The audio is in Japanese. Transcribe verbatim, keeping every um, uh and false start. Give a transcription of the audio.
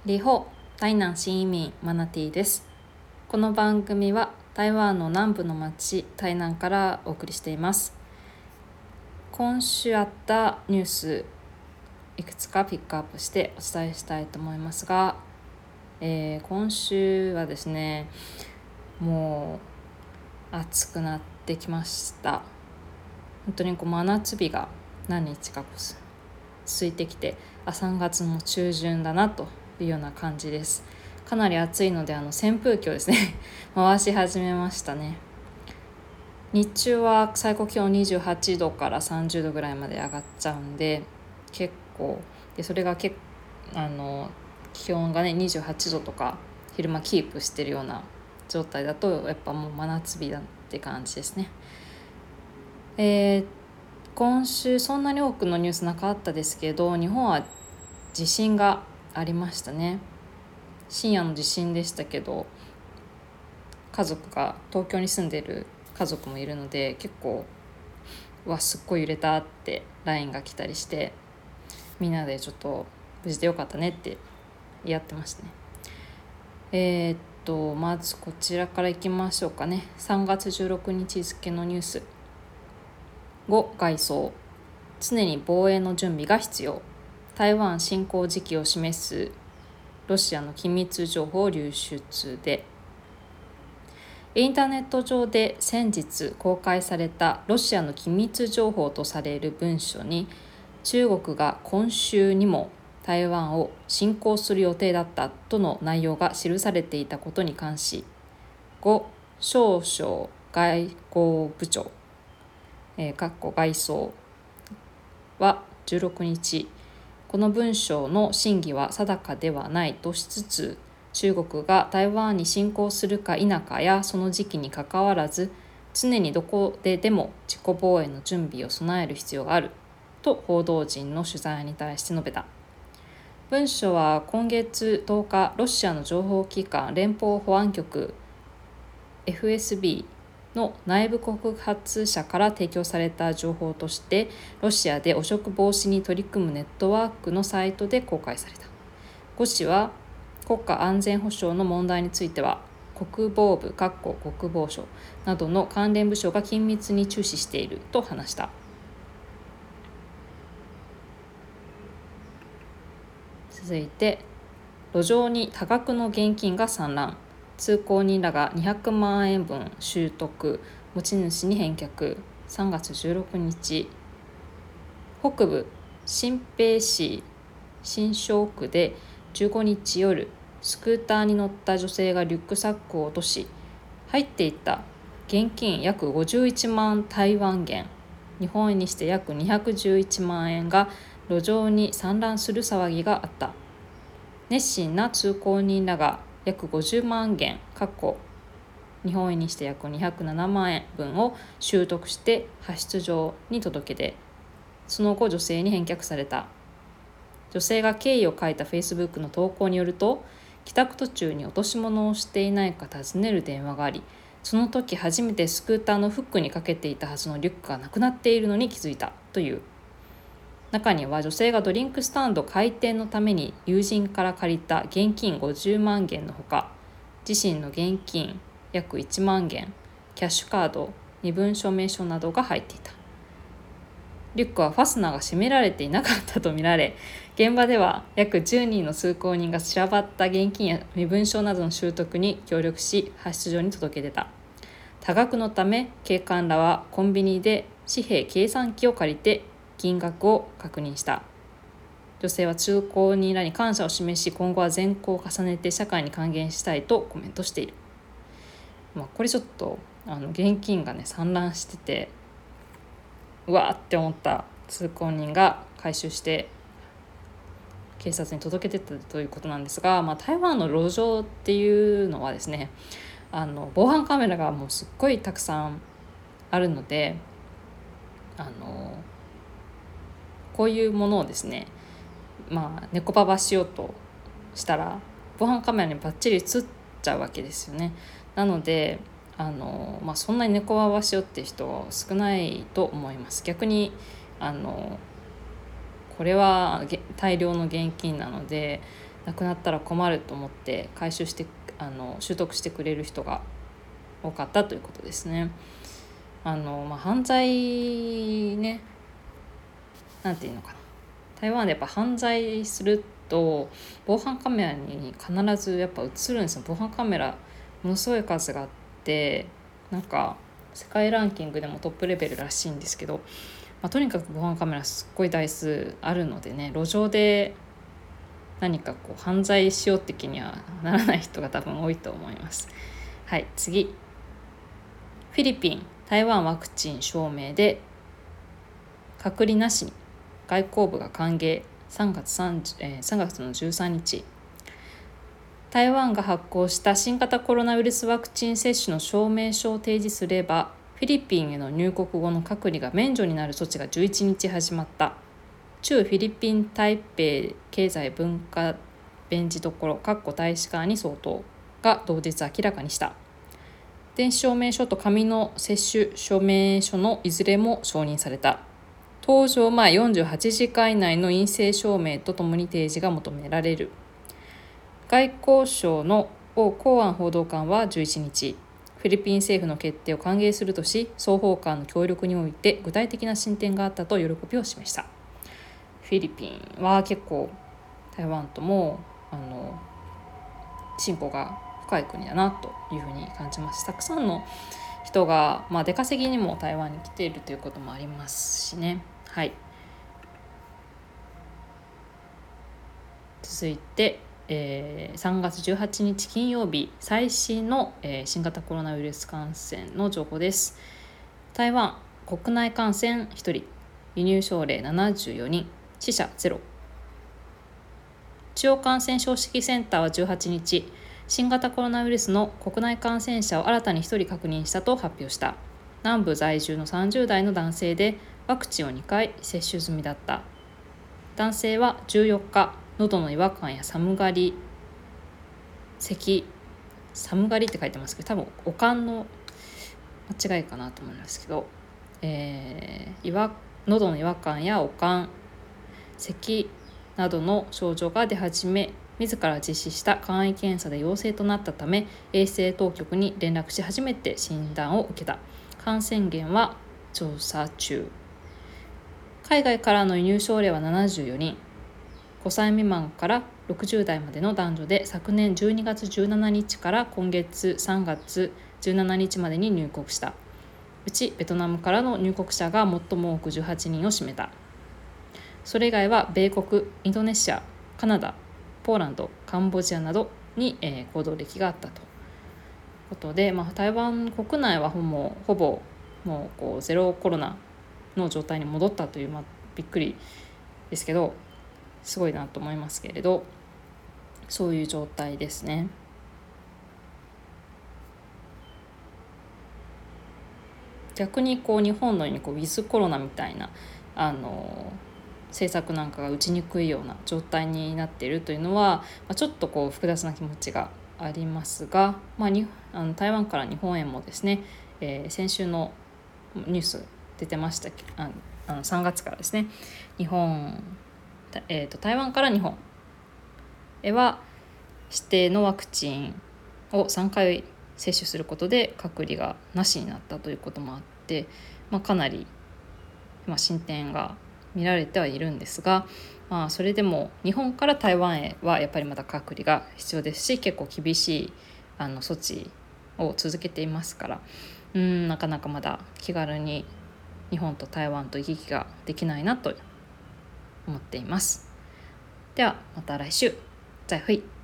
リホ台南新移民マナティです。この番組は台湾の南部の町台南からお送りしています。今週あったニュースいくつかピックアップしてお伝えしたいと思いますが、えー、今週はですねもう暑くなってきました。本当にこう真夏日が何日か続いてきて、あさんがつの中旬だなというような感じです。かなり暑いのであの扇風機をですね回し始めましたね。日中は最高気温にじゅうはちどからさんじゅうどぐらいまで上がっちゃうんで、結構でそれが結あの気温がねにじゅうはちどとか昼間キープしてるような状態だとやっぱもう真夏日だって感じですね。えー、今週そんなに多くのニュースなかったですけど、日本は地震がありましたね。深夜の地震でしたけど、家族が東京に住んでる家族もいるので、結構うわすっごい揺れたって ライン が来たりして、みんなでちょっと無事でよかったねってやってましたね。えー、っとまずこちらからいきましょうかね。さんがつじゅうろくにち付のニュース。ご外相、常に防衛の準備が必要。台湾侵攻時期を示すロシアの機密情報流出で、インターネット上で先日公開されたロシアの機密情報とされる文書に、中国が今週にも台湾を侵攻する予定だったとの内容が記されていたことに関し、呉少将外交部長、えー、外相はじゅうろくにち、この文章の真偽は定かではないとしつつ、中国が台湾に侵攻するか否かやその時期にかかわらず、常にどこででも自己防衛の準備を備える必要があると報道陣の取材に対して述べた。文書は今月とおか、ロシアの情報機関連邦保安局 エフエスビーの内部告発者から提供された情報として、ロシアで汚職防止に取り組むネットワークのサイトで公開された。呉氏は国家安全保障の問題については国防部国防省などの関連部署が緊密に注視していると話した。続いて、路上に多額の現金が散乱、通行人らがにひゃくまんえんぶん拾得、持ち主に返却。さんがつじゅうろくにち、北部新北市新庄区でじゅうごにち夜、スクーターに乗った女性がリュックサックを落とし、入っていた現金約ごじゅういちまん台湾元、日本円にして約にひゃくじゅういちまんえんが路上に散乱する騒ぎがあった。熱心な通行人らが約ごじゅうまん元、日本円にして約にひゃくななまんえんぶんを拾得して派出所に届け出、その後女性に返却された。女性が経緯を書いた Facebook の投稿によると、帰宅途中に落とし物をしていないか尋ねる電話があり、その時初めてスクーターのフックにかけていたはずのリュックがなくなっているのに気づいたという。中には女性がドリンクスタンド開店のために友人から借りた現金ごじゅうまん元のほか、自身の現金約いちまん元、キャッシュカード、身分証明書などが入っていた。リュックはファスナーが閉められていなかったとみられ、現場では約じゅうにんの通行人が散らばった現金や身分証などの習得に協力し、派出所に届け出た。多額のため、警官らはコンビニで紙幣計算機を借りて金額を確認した。女性は通行人らに感謝を示し、今後は善行を重ねて社会に還元したいとコメントしている。まあ、これちょっとあの現金がね散乱してて、うわーって思った通行人が回収して警察に届けてたということなんですが、まあ、台湾の路上っていうのはですね、あの防犯カメラがもうすっごいたくさんあるので、あのこういうものをですね、まあ猫ババしようとしたら防犯カメラにバッチリ映っちゃうわけですよね。なのであの、まあ、そんなに猫ババしようっていう人は少ないと思います。逆にあのこれは大量の現金なので、 なくなったら困ると思って回収してあの習得してくれる人が多かったということですね。あの、まあ、犯罪ね、なんていうのかな、台湾でやっぱ犯罪すると防犯カメラに必ずやっぱ映るんですよ。防犯カメラものすごい数があって、なんか世界ランキングでもトップレベルらしいんですけど、まあ、とにかく防犯カメラすっごい台数あるのでね、路上で何かこう犯罪しようって気にはならない人が多分多いと思います。はい、次。フィリピン、台湾ワクチン証明で隔離なしに外交部が歓迎。さんがつさんじゅう、えー、さんがつのじゅうさんにち、台湾が発行した新型コロナウイルスワクチン接種の証明書を提示すれば、フィリピンへの入国後の隔離が免除になる措置がじゅういちにち始まった。駐フィリピン台北経済文化弁事所大使館に相当が同日明らかにした。電子証明書と紙の接種証明書のいずれも承認された。搭乗前よんじゅうはちじかん以内の陰性証明とともに提示が求められる。外交省の王光安報道官はじゅういちにち、フィリピン政府の決定を歓迎するとし、双方間の協力において具体的な進展があったと喜びを示した。フィリピンは結構台湾ともあの親交が深い国だなというふうに感じます。たくさんの人が、まあ、出稼ぎにも台湾に来ているということもありますしね。はい。続いて、えー、さんがつじゅうはちにち金曜日、最新の、えー、新型コロナウイルス感染の情報です。台湾国内感染ひとり、輸入症例ななじゅうよにん、死者ゼロ。中央感染症指揮センターはじゅうはちにち、新型コロナウイルスの国内感染者を新たにひとり確認したと発表した。南部在住のさんじゅうだいの男性で、ワクチンをにかい接種済みだった。男性はじゅうよっか、喉の違和感や寒がり、咳、寒がりって書いてますけど、多分おかんの間違いかなと思うんですけど、えー、いわ喉の違和感やおかん、咳などの症状が出始め、自ら実施した簡易検査で陽性となったため、衛生当局に連絡し初めて診断を受けた。感染源は調査中。海外からの輸入症例はななじゅうよにん、ごさい未満からろくじゅうだいまでの男女で、昨年じゅうにがつじゅうしちにちから今月さんがつじゅうしちにちまでに入国した。うちベトナムからの入国者が最も多くじゅうはちにんを占めた。それ以外は米国、インドネシア、カナダ、ポーランド、カンボジアなどに、えー、行動歴があったということで、まあ、台湾国内はほぼ、ほぼもうこうゼロコロナの状態に戻ったという、まあ、びっくりですけど、すごいなと思いますけれど、そういう状態ですね。逆にこう日本のようにこうウィズコロナみたいなあの政策なんかが打ちにくいような状態になっているというのは、まあ、ちょっとこう複雑な気持ちがありますが、まあ、にあの台湾から日本へもですね、えー、先週のニュース出てましたけど、ああのさんがつからですね、日本、えー、と台湾から日本へは指定のワクチンをさんかい接種することで隔離がなしになったということもあって、まあ、かなり、まあ、進展が見られてはいるんですが、まあ、それでも日本から台湾へはやっぱりまだ隔離が必要ですし、結構厳しいあの措置を続けていますから、うーんなかなかまだ気軽に日本と台湾と行き来ができないなと思っています。ではまた来週。再会。